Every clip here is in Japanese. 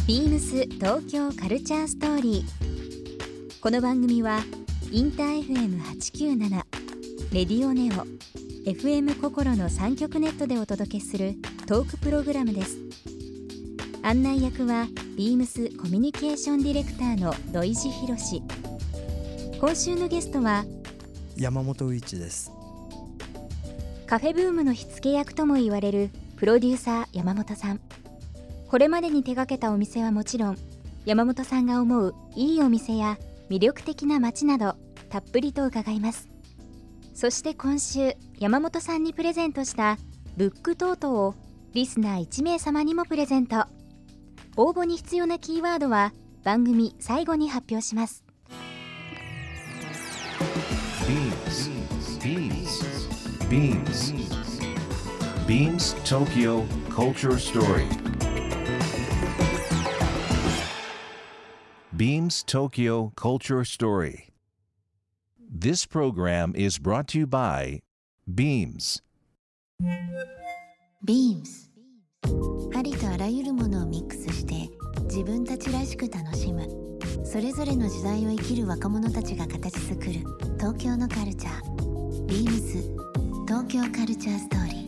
ビームス東京カルチャーストーリー。この番組はインター FM897 レディオネオ FM 心の3極ネットでお届けするトークプログラムです。案内役はビームスコミュニケーションディレクターの土井博志。今週のゲストは山本宇一です。 カフェブームの火付け役とも言われるプロデューサー山本さん。これまでに手掛けたお店はもちろん、山本さんが思ういいお店や魅力的な街などたっぷりと伺います。そして今週山本さんにプレゼントしたブックトートをリスナー1名様にもプレゼント。応募に必要なキーワードは番組最後に発表します。 Beams Tokyo Culture Story. Beams Tokyo Culture Story. This program is brought to you by Beams. Beams ありとあらゆるものをミックスして自分たちらしく楽しむ、それぞれの時代を生きる若者たちが形作る東京のカルチャー。 Beams 東京カルチャーストーリー。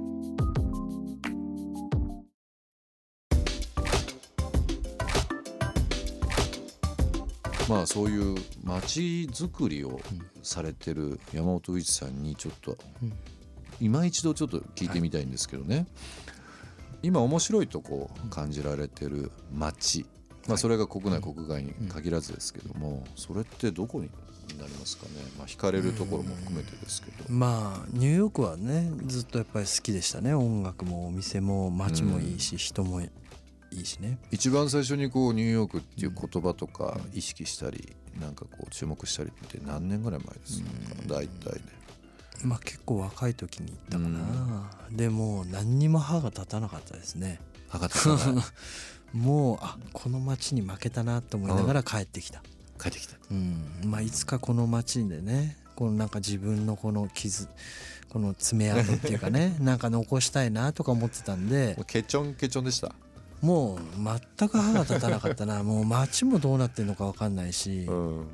まあそういう街づくりをされてる山本宇一さんにちょっと今一度ちょっと聞いてみたいんですけどね、今面白いとこう感じられてる街、まあそれが国内国外に限らずですけども、それってどこになりますかね。まあ惹かれるところも含めてですけど、 まあニューヨークはねずっとやっぱり好きでしたね。音楽もお店も街もいいし、人もいいしね。 一番最初にこうニューヨークっていう言葉とか意識したりなんかこう注目したりって何年ぐらい前ですか、大体ね。 まあ結構若い時に行ったかな、でも何にも歯が立たなかったですね。 歯が立たないもうこの街に負けたなと思いながら帰ってきた、まあいつかこの街でね、このなんか自分のこの傷、この爪痕っていうかねなんか残したいなとか思ってたんで、 ケチョンケチョンでした。 もう全く歯が立たなかったなもう街もどうなってるのか分かんないし、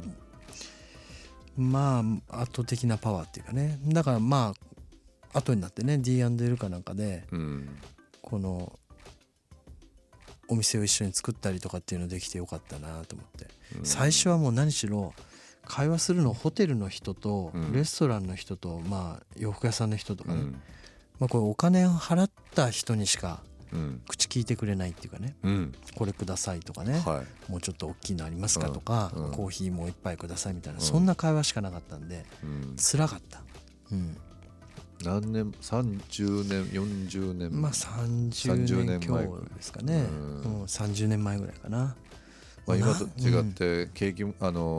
まあ圧倒的なパワーっていうかね。だからまあ後になってね D&L かなんかで、このお店を一緒に作ったりとかっていうのできてよかったなと思って、最初はもう何しろ会話するのホテルの人とレストランの人と、まあ洋服屋さんの人とかね、まあこれお金を払った人にしか口聞いてくれないっていうかね、これくださいとかね、もうちょっと大きいのありますかとか、コーヒーもう一杯くださいみたいな、そんな会話しかなかったんで、辛かった。 何年30年40年、 まあ30年強ですかね、30年前ぐらいかな。 まあ、今と違って景気、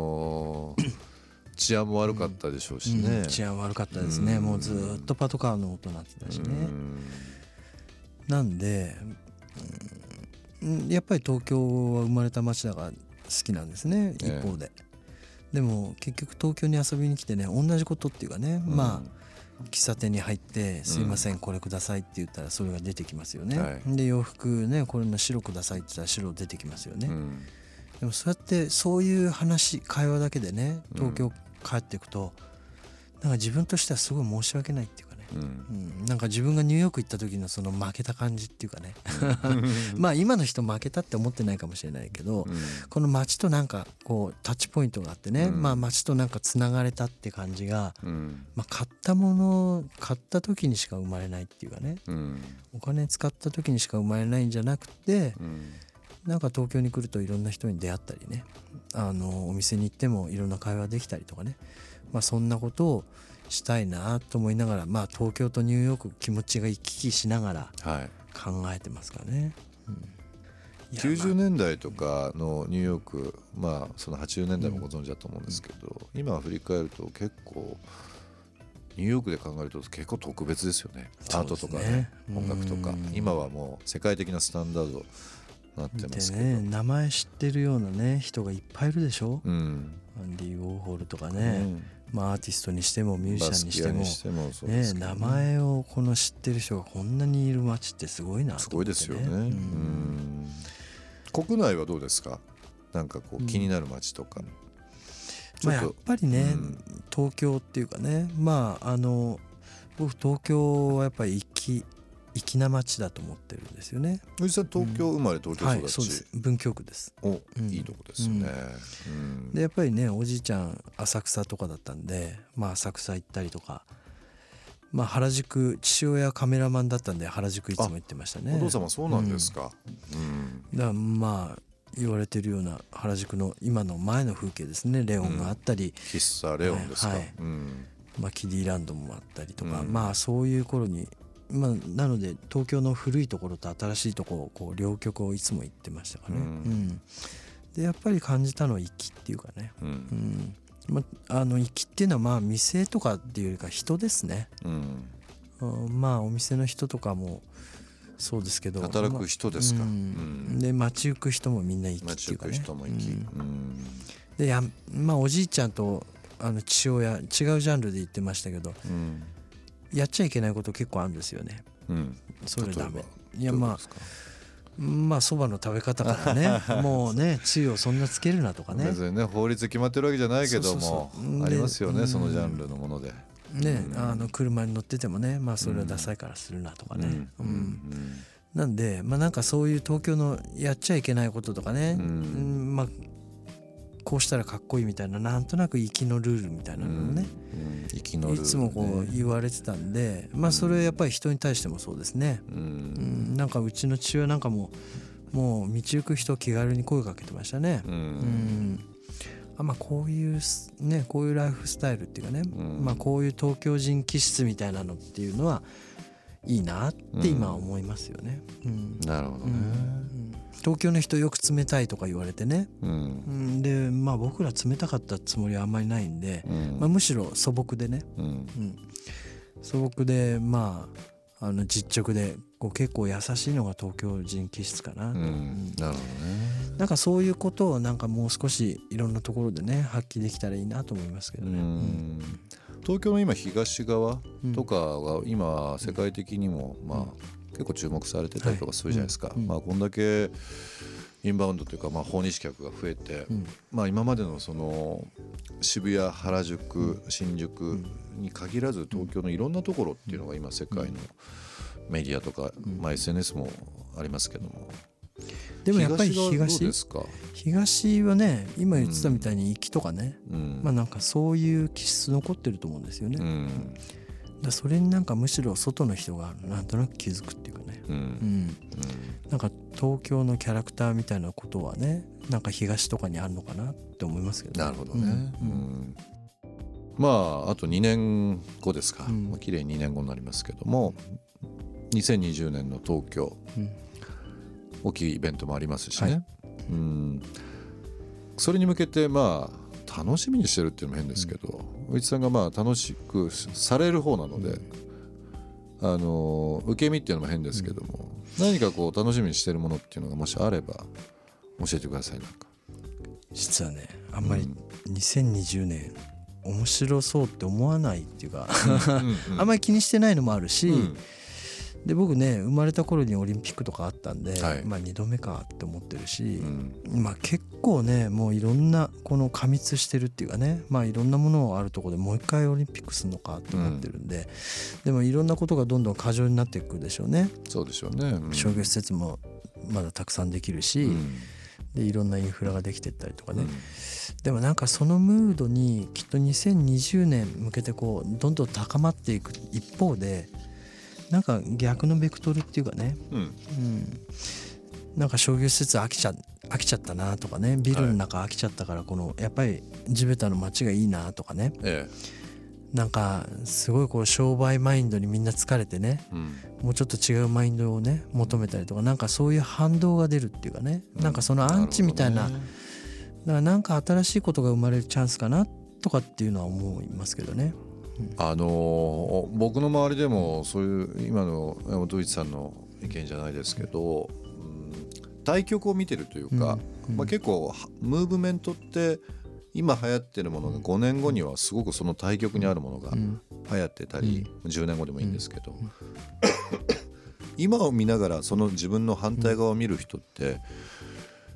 治安も悪かったでしょうしね、 治安悪かったですね、もうずっとパトカーの音鳴ってたしね、なんで、やっぱり東京は生まれた街だから好きなんですね、一方で。でも結局東京に遊びに来てね、同じことっていうかね、まあ喫茶店に入ってすいませんこれくださいって言ったらそれが出てきますよね、で洋服ねこれの白くださいって言ったら白出てきますよね、でもそうやってそういう会話だけでね東京帰っていくと、なんか自分としてはすごい申し訳ないっていうかね、なんか自分がニューヨーク行った時のその負けた感じっていうかねまあ今の人負けたって思ってないかもしれないけど、この街となんかこうタッチポイントがあってね、まあ街となんかつながれたって感じが、まあ買った時にしか生まれないっていうかね、お金使った時にしか生まれないんじゃなくて、なんか東京に来るといろんな人に出会ったりね、お店に行ってもいろんな会話できたりとかね、まあそんなことをしたいなと思いながら、まあ東京とニューヨーク気持ちが行き来しながら考えてますかね、 90年代とかのニューヨーク、まあその80年代もご存知だと思うんですけど、今振り返ると結構ニューヨークで考えると結構特別ですよね。アートとかね、音楽とか今はもう世界的なスタンダードなってますけど、 ね、名前知ってるようなね人がいっぱいいるでしょ、アンディ・ウォーホルとかね、まあ、アーティストにしてもミュージシャンにしてもね、名前をこの知ってる人がこんなにいる街ってすごいなと思って、ね、 すごいですよね、 国内はどうですか？なんかこう気になる街とか、 やっぱりね、東京っていうかね、僕東京はやっぱり粋な街だと思ってるんですよね。 藤井さん東京生まれ東京育ち、 そうです、文京区です。 いいとこですよね。 でやっぱりね、おじいちゃん浅草とかだったんで、浅草行ったりとか、原宿、父親カメラマンだったんで原宿いつも行ってましたね。 お父様そうなんですか。 だから言われてるような原宿の今の前の風景ですね。レオンがあったり、 喫茶レオンですか。 キディランドもあったりとか、そういう頃に、なので東京の古いところと新しいところをこう両極をいつも行ってましたからね。でやっぱり感じたのは粋っていうかね、粋っていうのは店とかっていうよりか人ですね。お店の人とかもそうですけど、 働く人ですか。 で街行く人もみんな粋っていうかね。 街行く人も粋。 でおじいちゃんと父親違うジャンルで言ってましたけど、やっちゃいけないこと結構あるんですよね。それダメ。いやそばの食べ方からねもうねつゆをそんなつけるなとかね。 別にね法律決まってるわけじゃないけどもありますよね、そのジャンルのもので。 ね、車に乗っててもね、それはダサいからするなとかね。なんでなんかそういう東京のやっちゃいけないこととかね、こうしたらかっこいいみたいな、なんとなく粋のルールみたいなのをね、いつもこう言われてたんで、それはやっぱり人に対してもそうですね。なんかうちの父親なんかもう道行く人気軽に声かけてましたね。こういうね、こういうライフスタイルっていうかね、こういう東京人気質みたいなのっていうのはいいなって今思いますよね。 なるほどね。 東京の人よく冷たいとか言われてね、で僕ら冷たかったつもりはあんまりないんで、むしろ素朴でね、素朴で実直で結構優しいのが東京人気質かな。 なるほどね。 なんかそういうことをなんかもう少しいろんなところでね発揮できたらいいなと思いますけどね。 東京の今東側とかは今世界的にも結構注目されてたりとかするじゃないですか。こんだけインバウンドというか訪日客が増えて、今までのその渋谷、原宿、新宿に限らず東京のいろんなところっていうのが今世界のメディアとか、SNS もありますけども、 でもやっぱり東はね、今言ってたみたいに粋とかね、なんかそういう気質残ってると思うんですよね。それになんかむしろ外の人がなんとなく気づくっていうかね、なんか東京のキャラクターみたいなことはね、なんか東とかにあるのかなって思いますけどね。 なるほどね。あと2年後ですか、綺麗に2年後になりますけども、2020年の東京、大きいイベントもありますしね、それに向けて楽しみにしてるっていうのも変ですけど、お市さんが楽しくされる方なので、受け身っていうのも変ですけども、何かこう楽しみにしてるものっていうのがもしあれば教えてください。なんか実はね、あんまり2020年面白そうって思わないっていうかあんまり気にしてないのもあるし、で僕ね生まれた頃にオリンピックとかあったんで、2度目かって思ってるし、結構ねもういろんなこの過密してるっていうかね、いろんなものがあるところでもう一回オリンピックするのかって思ってるんで、でもいろんなことがどんどん過剰になっていくでしょうね。 そうでしょうね。 商業施設もまだたくさんできるし、でいろんなインフラができてったりとかね、でもなんかそのムードにきっと2020年向けてこうどんどん高まっていく一方で、なんか逆のベクトルっていうかね、なんか商業施設飽きちゃったなとかね、ビルの中飽きちゃったからこのやっぱり地べたの街がいいなとかね、なんかすごいこう商売マインドにみんな疲れてね、もうちょっと違うマインドをね求めたりとか、なんかそういう反動が出るっていうかね、なんかそのアンチみたいな、だからなんか新しいことが生まれるチャンスかなとかっていうのは思いますけどね。 僕の周りでもそういう今の山本一さんの意見じゃないですけど、対局を見てるというか、結構ムーブメントって今流行ってるものが5年後にはすごくその対極にあるものが流行ってたり、10年後でもいいんですけど、今を見ながらその自分の反対側を見る人って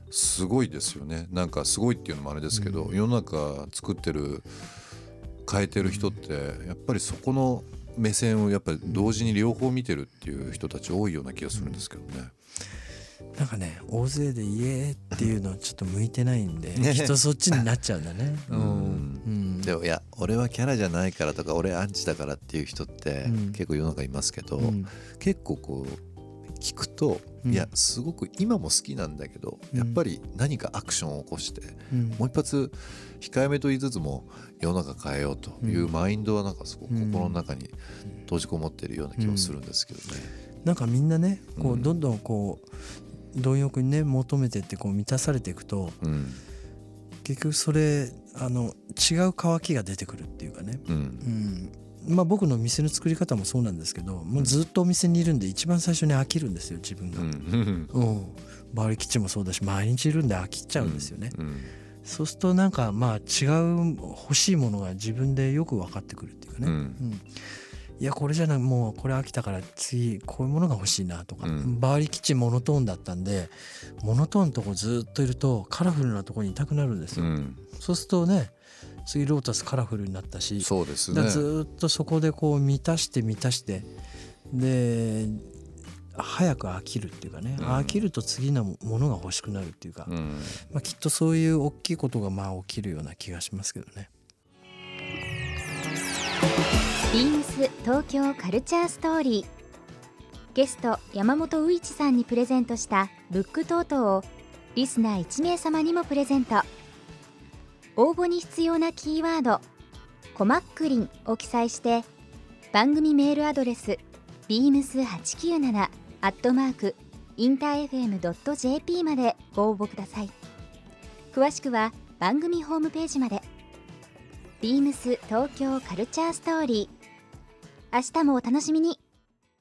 すごいですよね。なんかすごいっていうのもあれですけど、世の中作ってる変えてる人ってやっぱりそこの目線をやっぱり同時に両方見てるっていう人たち多いような気がするんですけどね。 なんかね、大勢で言えっていうのはちょっと向いてないんで、きっとそっちになっちゃうんだね。 でもいや俺はキャラじゃないからとか俺アンチだからっていう人って結構世の中いますけど、結構こう聞くと、いやすごく今も好きなんだけど、やっぱり何かアクションを起こして、もう一発控えめと言いつつも世の中変えようというマインドはなんかすごく心の中に閉じこもっているような気もするんですけどね。 なんかみんなね、こうどんどんこう貪欲にね求めてってこう満たされていくと、結局それ違う渇きが出てくるっていうかね、まあ僕の店の作り方もそうなんですけど、もうずっとお店にいるんで一番最初に飽きるんですよ自分が。バーリキッチンもそうだし毎日いるんで飽きちゃうんですよね。そうするとなんかまあ違う欲しいものが自分でよく分かってくるっていうかね、いやこれじゃない、もうこれ飽きたから次こういうものが欲しいなとか、バーリキッチンモノトーンだったんでモノトーンのとこずっといるとカラフルなとこにいたくなるんですよ。そうするとね、次ロータスカラフルになったし、 そうですね、 ずっとそこでこう満たしてで早く飽きるっていうかね、飽きると次のものが欲しくなるっていうか、まあ、きっとそういう大きいことがまあ起きるような気がしますけどね。 ビームス東京カルチャーストーリー、ゲスト山本宇一さんにプレゼントしたブックトートをリスナー1名様にもプレゼント。応募に必要なキーワードコマックリンを記載して番組メールアドレス beams897@interfm.jp までご応募ください。詳しくは番組ホームページまで。ビームス東京カルチャーストーリー、明日もお楽しみに。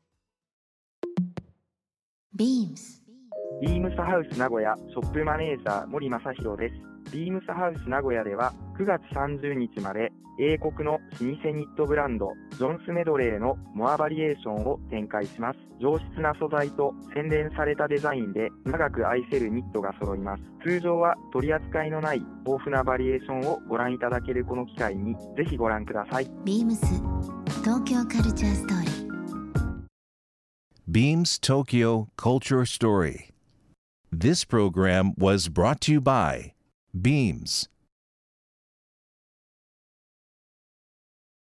ビームスビームスハウス名古屋ショップマネージャー森正弘です。ビームスハウス名古屋では9月30日まで英国の老舗ニットブランドジョンスメドレーのモアバリエーションを展開します。上質な素材と洗練されたデザインで長く愛せるニットが揃います。通常は取り扱いのない豊富なバリエーションをご覧いただけるこの機会にぜひご覧ください。 ビームス東京カルチャーストーリー。 Beams Tokyo Culture Story. This program was brought to you by Beams.